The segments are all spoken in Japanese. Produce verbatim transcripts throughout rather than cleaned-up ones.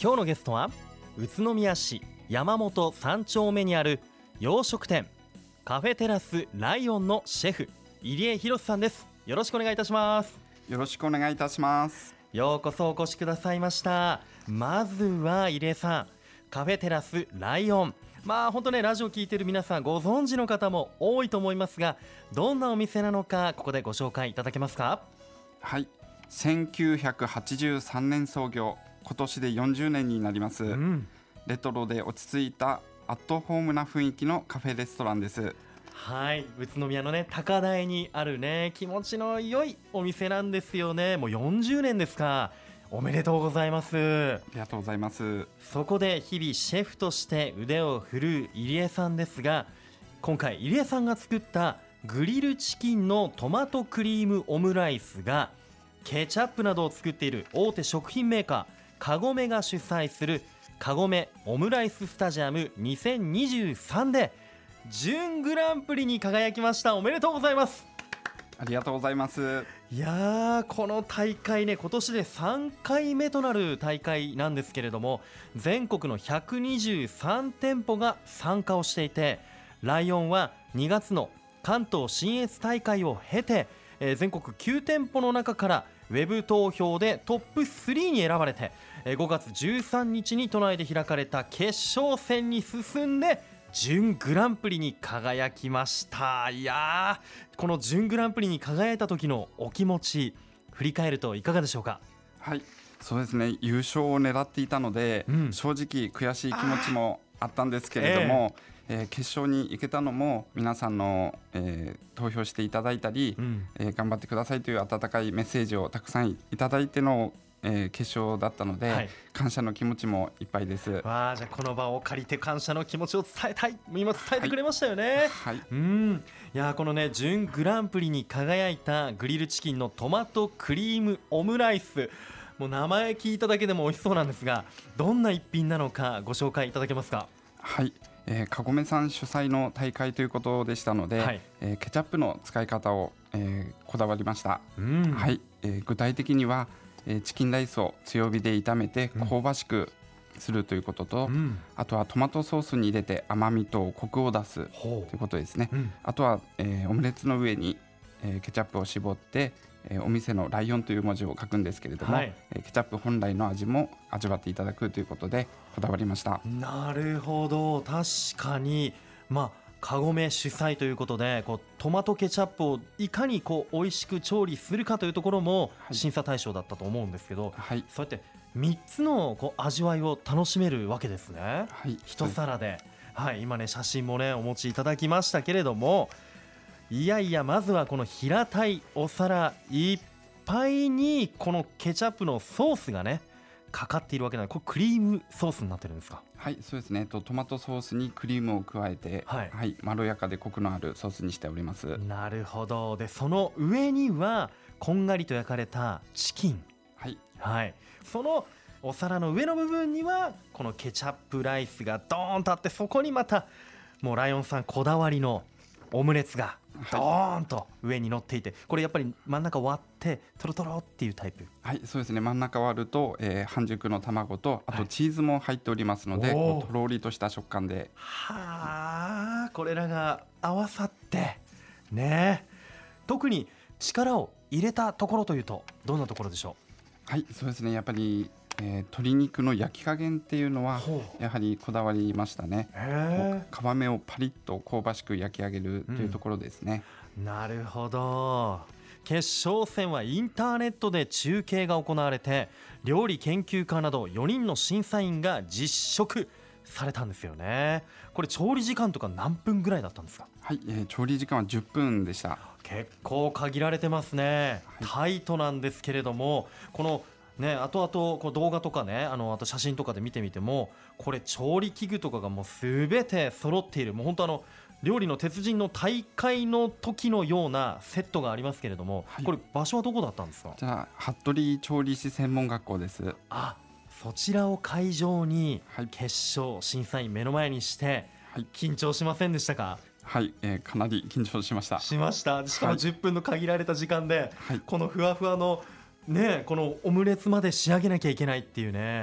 今日のゲストは宇都宮市山本三丁目にある洋食店カフェテラスライオンのシェフ入江博さんです。よろしくお願いいたします。 よろしくお願いいたします。 ようこそお越しくださいました。まずは入江さん、カフェテラスライオン、まあ本当ね、ラジオ聞いてる皆さんご存知の方も多いと思いますが、どんなお店なのかここでご紹介いただけますか？ はい、せんきゅうひゃくはちじゅうさんねん創業、今年でよんじゅうねんになります、うん、レトロで落ち着いたアットホームな雰囲気のカフェレストランです。 はい、宇都宮のね高台にあるね気持ちの良いお店なんですよね。もうよんじゅうねんですか。おめでとうございます。 ありがとうございます。 そこで日々シェフとして腕を振るう入江さんですが、今回入江さんが作ったグリルチキンのトマトクリームオムライスがケチャップなどを作っている大手食品メーカーカゴメが主催するカゴメオムライススタジアムにせんにじゅうさんで準グランプリに輝きました。おめでとうございます。 ありがとうございます。 いやー、この大会ね、今年でさんかいめとなる大会なんですけれども、全国のひゃくにじゅうさんてんぽが参加をしていて、ライオンはにがつの関東信越大会を経て、えー、全国きゅうてんぽの中からウェブ投票でトップスリーに選ばれて、えー、ごがつじゅうさんにちに都内で開かれた決勝戦に進んで準グランプリに輝きました。いやー、この準グランプリに輝いた時のお気持ち振り返るといかがでしょうか？ はい、そうですね、優勝を狙っていたので、うん、正直悔しい気持ちもあったんですけれども、えーえー、決勝に行けたのも皆さんの、えー、投票していただいたり、うんえー、頑張ってくださいという温かいメッセージをたくさんいただいてのえー、決勝だったので、はい、感謝の気持ちもいっぱいです。 わあ、じゃあこの場を借りて感謝の気持ちを伝えたい。今伝えてくれましたよね。 はいはい、 うんいやこのね準グランプリに輝いたグリルチキンのトマトクリームオムライス、もう名前聞いただけでも美味しそうなんですが、どんな一品なのかご紹介いただけますか？ はい、えー、カゴメさん主催の大会ということでしたので、はいえー、ケチャップの使い方を、えー、こだわりました。うんはいえー、具体的にはチキンライスを強火で炒めて香ばしくするということと、うん、あとはトマトソースに入れて甘みとコクを出すということですね、うん、あとは、えー、オムレツの上に、えー、ケチャップを絞って、えー、お店のライオンという文字を書くんですけれども、はいえー、ケチャップ本来の味も味わっていただくということでこだわりました。 なるほど、確かにまあカゴメ主催ということで、こうトマトケチャップをいかにこう美味しく調理するかというところも審査対象だったと思うんですけど、はい、そうやってみっつのこう味わいを楽しめるわけですね、はい、一皿で、はい、今ね写真もねお持ちいただきましたけれども、いやいやまずはこの平たいお皿いっぱいにこのケチャップのソースがねかかっているわけなので、これクリームソースになってるんですか？ はいそうですね、トマトソースにクリームを加えて、はいはい、まろやかでコクのあるソースにしております。 なるほど。でその上にはこんがりと焼かれたチキン、はいはい、そのお皿の上の部分にはこのケチャップライスがドーンとあって、そこにまたもうライオンさんこだわりのオムレツがドーンと上に乗っていて、これやっぱり真ん中割ってトロトロっていうタイプ？ はいそうですね、真ん中割ると、えー、半熟の卵とあとチーズも入っておりますので、はい、とろりとした食感で、 はあ、これらが合わさってね。特に力を入れたところというとどんなところでしょう？はいそうですね、やっぱりえー、鶏肉の焼き加減っていうのはやはりこだわりましたね。皮目をパリッと香ばしく焼き上げるというところですね、 うん、なるほど。決勝戦はインターネットで中継が行われて、料理研究家などよにんの審査員が実食されたんですよね。これ調理時間とか何分ぐらいだったんですか？ はい、えー、調理時間はじゅっぷんでした。 結構限られてますね、はい、タイトなんですけれども、このね、後々こう動画とかね、あのあと写真とかで見てみても、これ調理器具とかがもうすべて揃っている、もう本当あの料理の鉄人の大会の時のようなセットがありますけれども、はい、これ場所はどこだったんですか？ じゃあ服部調理師専門学校です。 あ、そちらを会場に決勝審査員目の前にして、はい、緊張しませんでしたか？ はい、えー、かなり緊張しました。 しました。しかもじゅっぷんの限られた時間で、はい、このふわふわのね、このオムレツまで仕上げなきゃいけないっていうね、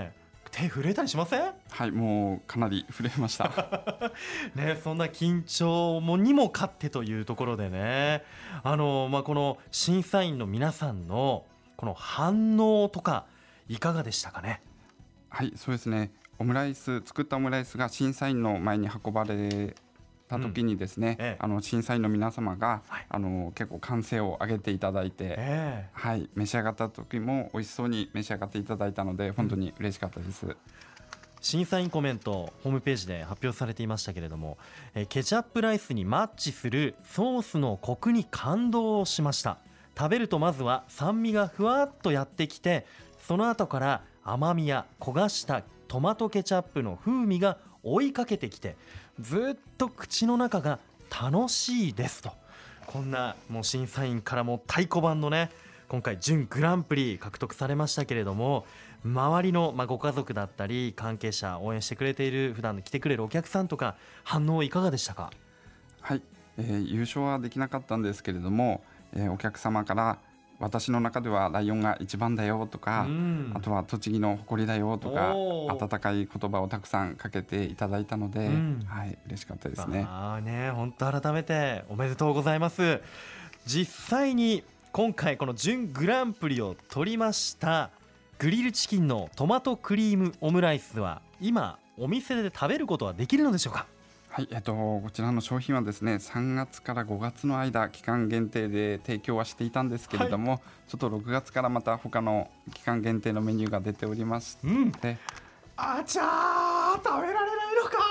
手震えたりしません？ はい、もうかなり震えましたね、そんな緊張もにも勝ってというところでね、あの、まあ、この審査員の皆さんのこの反応とかいかがでしたかね？ はい、そうですね。オムライス作ったオムライスが審査員の前に運ばれた時にですね、うんええ、あの審査員の皆様が、はい、あの結構歓声を上げていただいて、えーはい、召し上がった時も美味しそうに召し上がっていただいたので本当に嬉しかったです、うん、 審査員コメントホームページで発表されていましたけれども、えケチャップライスにマッチするソースのコクに感動しました。食べるとまずは酸味がふわっとやってきて、その後から甘みや焦がしたトマトケチャップの風味が追いかけてきて、ずっと口の中が楽しいですと、こんなもう審査員からも太鼓判のね、今回準グランプリ獲得されましたけれども、周りのまあご家族だったり関係者、応援してくれている普段来てくれるお客さんとか反応いかがでしたか？ はい、えー、優勝はできなかったんですけれども、えー、お客様から私の中ではライオンが一番だよとか、うん、あとは栃木の誇りだよとか温かい言葉をたくさんかけていただいたので、うん、はい、嬉しかったですね。 あーね、本当改めておめでとうございます。実際に今回この準グランプリを取りましたグリルチキンのトマトクリームオムライスは今お店で食べることはできるのでしょうか？ はい、えっと、こちらの商品はですね、さんがつからごがつの間期間限定で提供はしていたんですけれども、はい、ちょっとろくがつからまた他の期間限定のメニューが出ておりまして、うん、 あちゃー、食べられないのか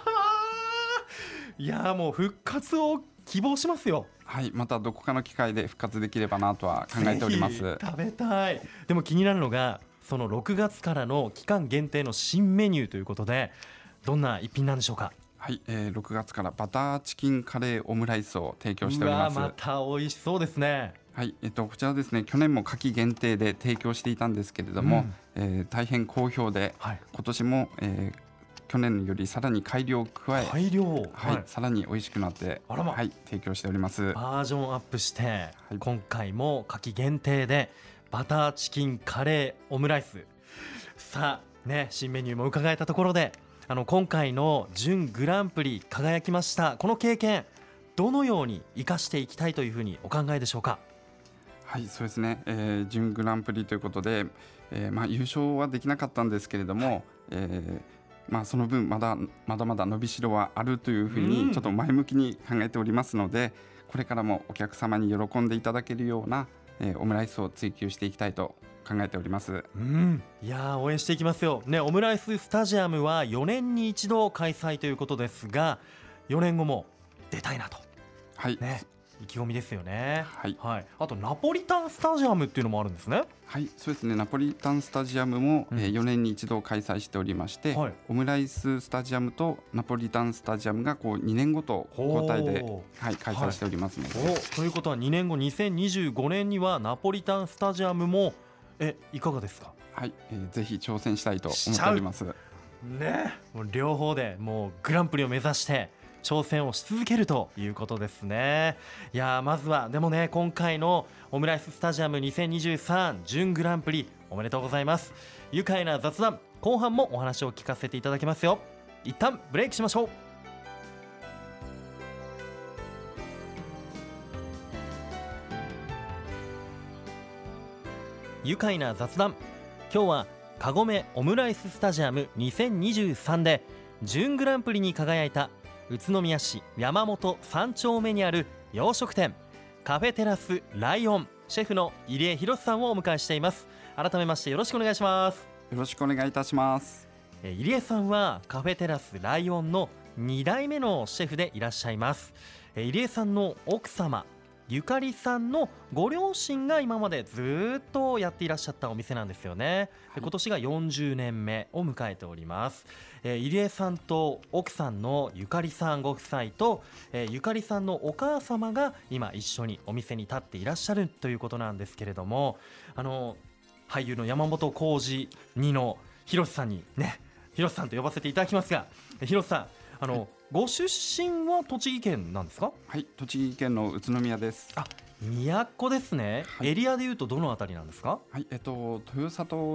いやもう復活を希望しますよ。 はい、またどこかの機会で復活できればなとは考えております。 食べたい。でも気になるのがそのろくがつからの期間限定の新メニューということで、どんな一品なんでしょうか？ はい、えー、ろくがつからバターチキンカレーオムライスを提供しております。 うわ、また美味しそうですね。 はい、えっと、こちらですね、去年も夏季限定で提供していたんですけれども、うん、えー、大変好評で、はい、今年も、えー、去年よりさらに改良を加え、 改良、 はいはい、さらに美味しくなって、まはい、提供しております。 バージョンアップして、はい、今回も夏季限定でバターチキンカレーオムライス、さあね、新メニューも伺えたところで、あの今回の準グランプリ輝きましたこの経験、どのように生かしていきたいというふうにお考えでしょうか？ はい、そうですね、えー、準グランプリということで、えーまあ、優勝はできなかったんですけれども、はい、えーまあ、その分まだまだまだ伸びしろはあるというふうにちょっと前向きに考えておりますので、これからもお客様に喜んでいただけるような、えー、オムライスを追求していきたいと考えております。 うん、いや応援していきますよ、ね、オムライススタジアムはよねんに一度開催ということですが、よねんごも出たいなと、 はいね、意気込みですよね。 はいはい、あとナポリタンスタジアムっていうのもあるんですね。 はい、そうですね、ナポリタンスタジアムも、うん、えー、よねんに一度開催しておりまして、はい、オムライススタジアムとナポリタンスタジアムがこうにねんごと交代で、はい、開催しておりますので、 はい、ということはにねんごにせんにじゅうごねんにはナポリタンスタジアムもえいかがですか？ はい、えー、ぜひ挑戦したいと思っております。 ね、もう両方でもうグランプリを目指して挑戦をし続けるということですね。いやまずはでもね、今回のオムライススタジアムにせんにじゅうさん準グランプリおめでとうございます。愉快な雑談、後半もお話を聞かせていただきますよ。一旦ブレイクしましょう。愉快な雑談、今日はカゴメオムライススタジアムにせんにじゅうさんで準グランプリに輝いた宇都宮市山本さん丁目にある洋食店カフェテラスライオンシェフの入江博さんをお迎えしています。改めましてよろしくお願いします。 よろしくお願いいたします。 入江さんはカフェテラスライオンのに代目のシェフでいらっしゃいます。入江さんの奥様ゆかりさんのご両親が今までずっとやっていらっしゃったお店なんですよね。で今年がよんじゅうねんめを迎えております。えー、入江さんと奥さんのゆかりさんご夫妻と、えー、ゆかりさんのお母様が今一緒にお店に立っていらっしゃるということなんですけれども、あの俳優の山本浩二にの広瀬さんにね、広瀬さんと呼ばせていただきますが、広瀬さん、あの、はい、ご出身は栃木県なんですか？ はい、栃木県の宇都宮です。 あ、都ですね。はい、エリアでいうとどのあたりなんですか？ はい、えっと、豊里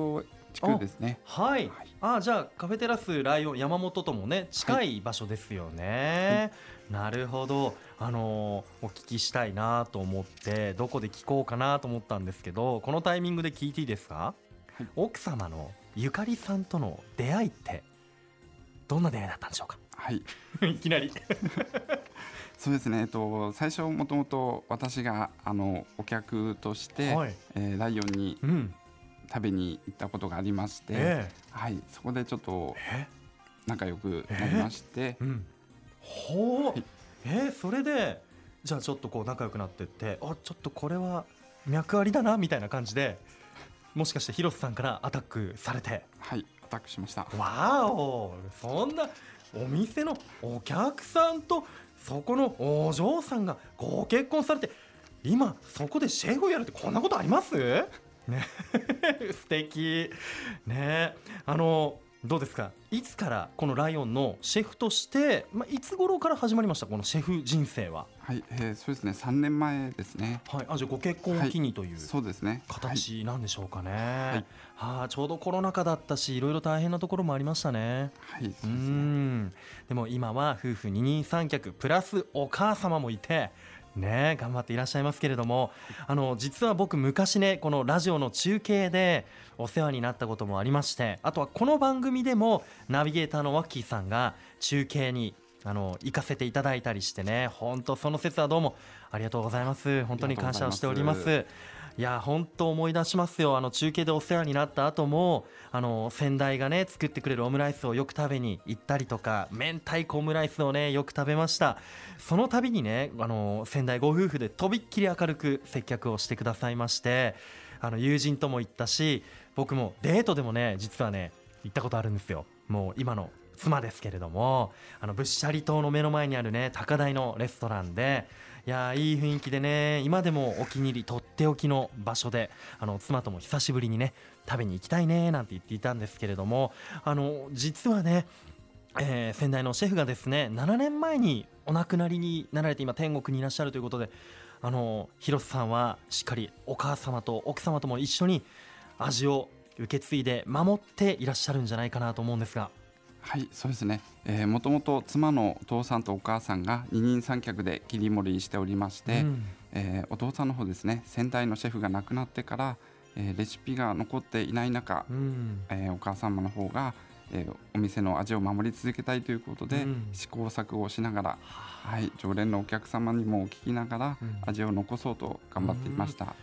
地区ですね。 はい、はい、あじゃあカフェテラスライオン山本ともね近い場所ですよね、はい、なるほど。あのー、お聞きしたいなと思ってどこで聞こうかなと思ったんですけど、このタイミングで聞いていいですか？はい、奥様のゆかりさんとの出会いってどんな出会いだったんでしょうか？ はいいきなりそうですね、えっと、最初もともと私があのお客として、はい、えー、ライオンに食べに行ったことがありまして、えーはい、そこでちょっと仲良くなりまして、えーうん、 ほう、はい、えー、それでじゃあちょっとこう仲良くなってって、あちょっとこれは脈ありだなみたいな感じで、もしかして広瀬さんからアタックされて？ はい、アタックしました。 わお、そんなお店のお客さんとそこのお嬢さんがご結婚されて、今そこでシェフをやるってこんなことありますね素敵ね。あのどうですか、いつからこのライオンのシェフとして、まあ、いつ頃から始まりましたこのシェフ人生は？ はい、えー、そうですね、さんねんまえですね。 はい、あじゃあご結婚を機にという、はい、 そうですね、 形なんでしょうかね。はい、はあ、ちょうどコロナ禍だったしいろいろ大変なところもありましたね。 はい、そうですね。 うんでも今は夫婦二人三脚プラスお母様もいてね、頑張っていらっしゃいますけれども、あの実は僕昔ねこのラジオの中継でお世話になったこともありまして、あとはこの番組でもナビゲーターのワッキーさんが中継にあの行かせていただいたりしてね、本当その説はどうもありがとうございます。本当に感謝をしております。いや本当思い出しますよ。あの中継でお世話になった後もあの先代がね作ってくれるオムライスをよく食べに行ったりとか、明太子オムライスをねよく食べました。その度にねあの先代ご夫婦でとびっきり明るく接客をしてくださいまして、あの友人とも行ったし、僕もデートでもね実はね行ったことあるんですよ。もう今の妻ですけれども、あの仏舎利島の目の前にあるね高台のレストランで、いやいい雰囲気でね、今でもお気に入りとっておきの場所で、あの妻とも久しぶりにね食べに行きたいねなんて言っていたんですけれども、あの実はね、えー、先代のシェフがですねななねんまえにお亡くなりになられて今天国にいらっしゃるということで、あの広瀬さんはしっかりお母様と奥様とも一緒に味を受け継いで守っていらっしゃるんじゃないかなと思うんですが。 はい、そうですね、えー、もともと妻のお父さんとお母さんが二人三脚で切り盛りしておりまして、うん、えー、お父さんの方ですね、先代のシェフが亡くなってから、えー、レシピが残っていない中、うん、えー、お母様の方が、えー、お店の味を守り続けたいということで、うん、試行錯誤をしながら、はい、常連のお客様にも聞きながら、うん、味を残そうと頑張っていました。うん、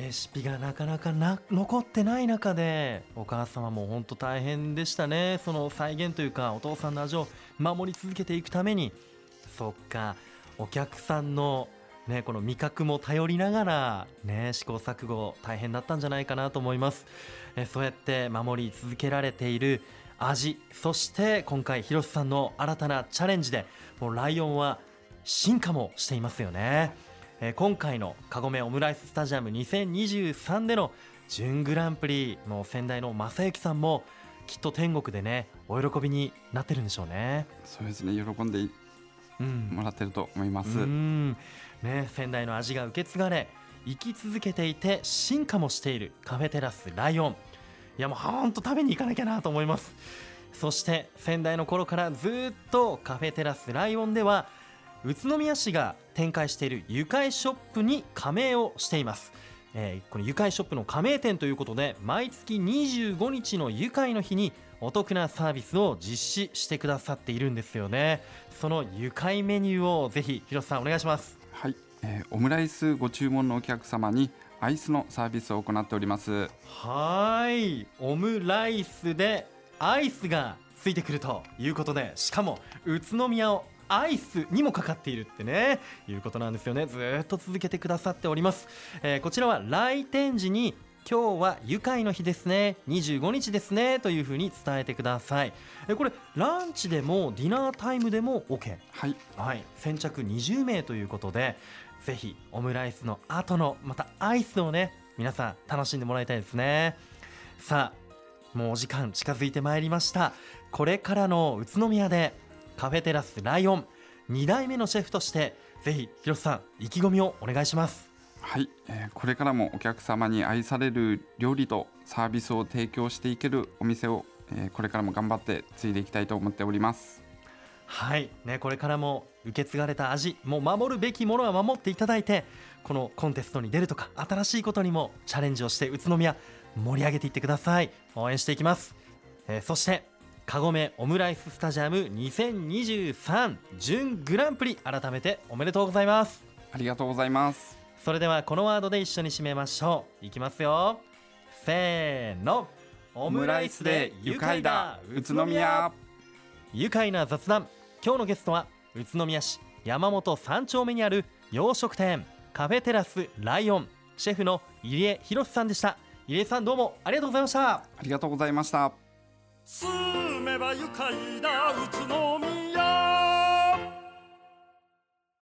レシピがなかなかな残ってない中でお母様も本当大変でしたね。その再現というかお父さんの味を守り続けていくために、そっかお客さんの、ね、この味覚も頼りながら、ね、試行錯誤大変だったんじゃないかなと思います。えそうやって守り続けられている味、そして今回広瀬さんの新たなチャレンジでもうライオンは進化もしていますよね。えー、今回のカゴメオムライススタジアムにせんにじゅうさんでの準グランプリの先代の正幸さんもきっと天国でねお喜びになってるんでしょうね。 そうですね、喜んでもらってると思います。 うん、ね、先代の味が受け継がれ生き続けていて進化もしているカフェテラスライオン、いやもうほんと食べに行かなきゃなと思います。そして先代の頃からずっとカフェテラスライオンでは宇都宮市が展開しているゆかいショップに加盟をしています。えー、このゆかいショップの加盟店ということで毎月にじゅうごにちのゆかいの日にお得なサービスを実施してくださっているんですよね。そのゆかいメニューをぜひ広瀬さんお願いします。 はい、えー、オムライスご注文のお客様にアイスのサービスを行っております。 はい、オムライスでアイスがついてくるということで、しかも宇都宮をアイスにもかかっているってねいうことなんですよね。ずっと続けてくださっております。えー、こちらは来店時に今日はゆかいの日ですね、にじゅうごにちですねというふうに伝えてください。えー、これランチでもディナータイムでも OK、 はい、 はい、先着にじゅうめいということで、ぜひオムライスの後のまたアイスをね皆さん楽しんでもらいたいですね。さあもうお時間近づいてまいりました。これからの宇都宮でカフェテラスライオンにだいめのシェフとしてぜひ広瀬さん意気込みをお願いします。 はい、えー、これからもお客様に愛される料理とサービスを提供していけるお店を、えー、これからも頑張って継いでいきたいと思っております。 はいね、これからも受け継がれた味、もう守るべきものは守っていただいて、このコンテストに出るとか新しいことにもチャレンジをして宇都宮盛り上げていってください。応援していきます。えー、そしてかごめオムライススタジアムにせんにじゅうさん準グランプリ、改めておめでとうございます。 ありがとうございます。 それではこのワードで一緒に締めましょう。いきますよ、せーの、 オムライスで愉快だ宇都宮。 愉快な雑談、今日のゲストは宇都宮市山本さん丁目にある洋食店カフェテラスライオンシェフの入江博さんでした。入江さん、どうもありがとうございました。 ありがとうございました。 住めば愉快だ宇都宮。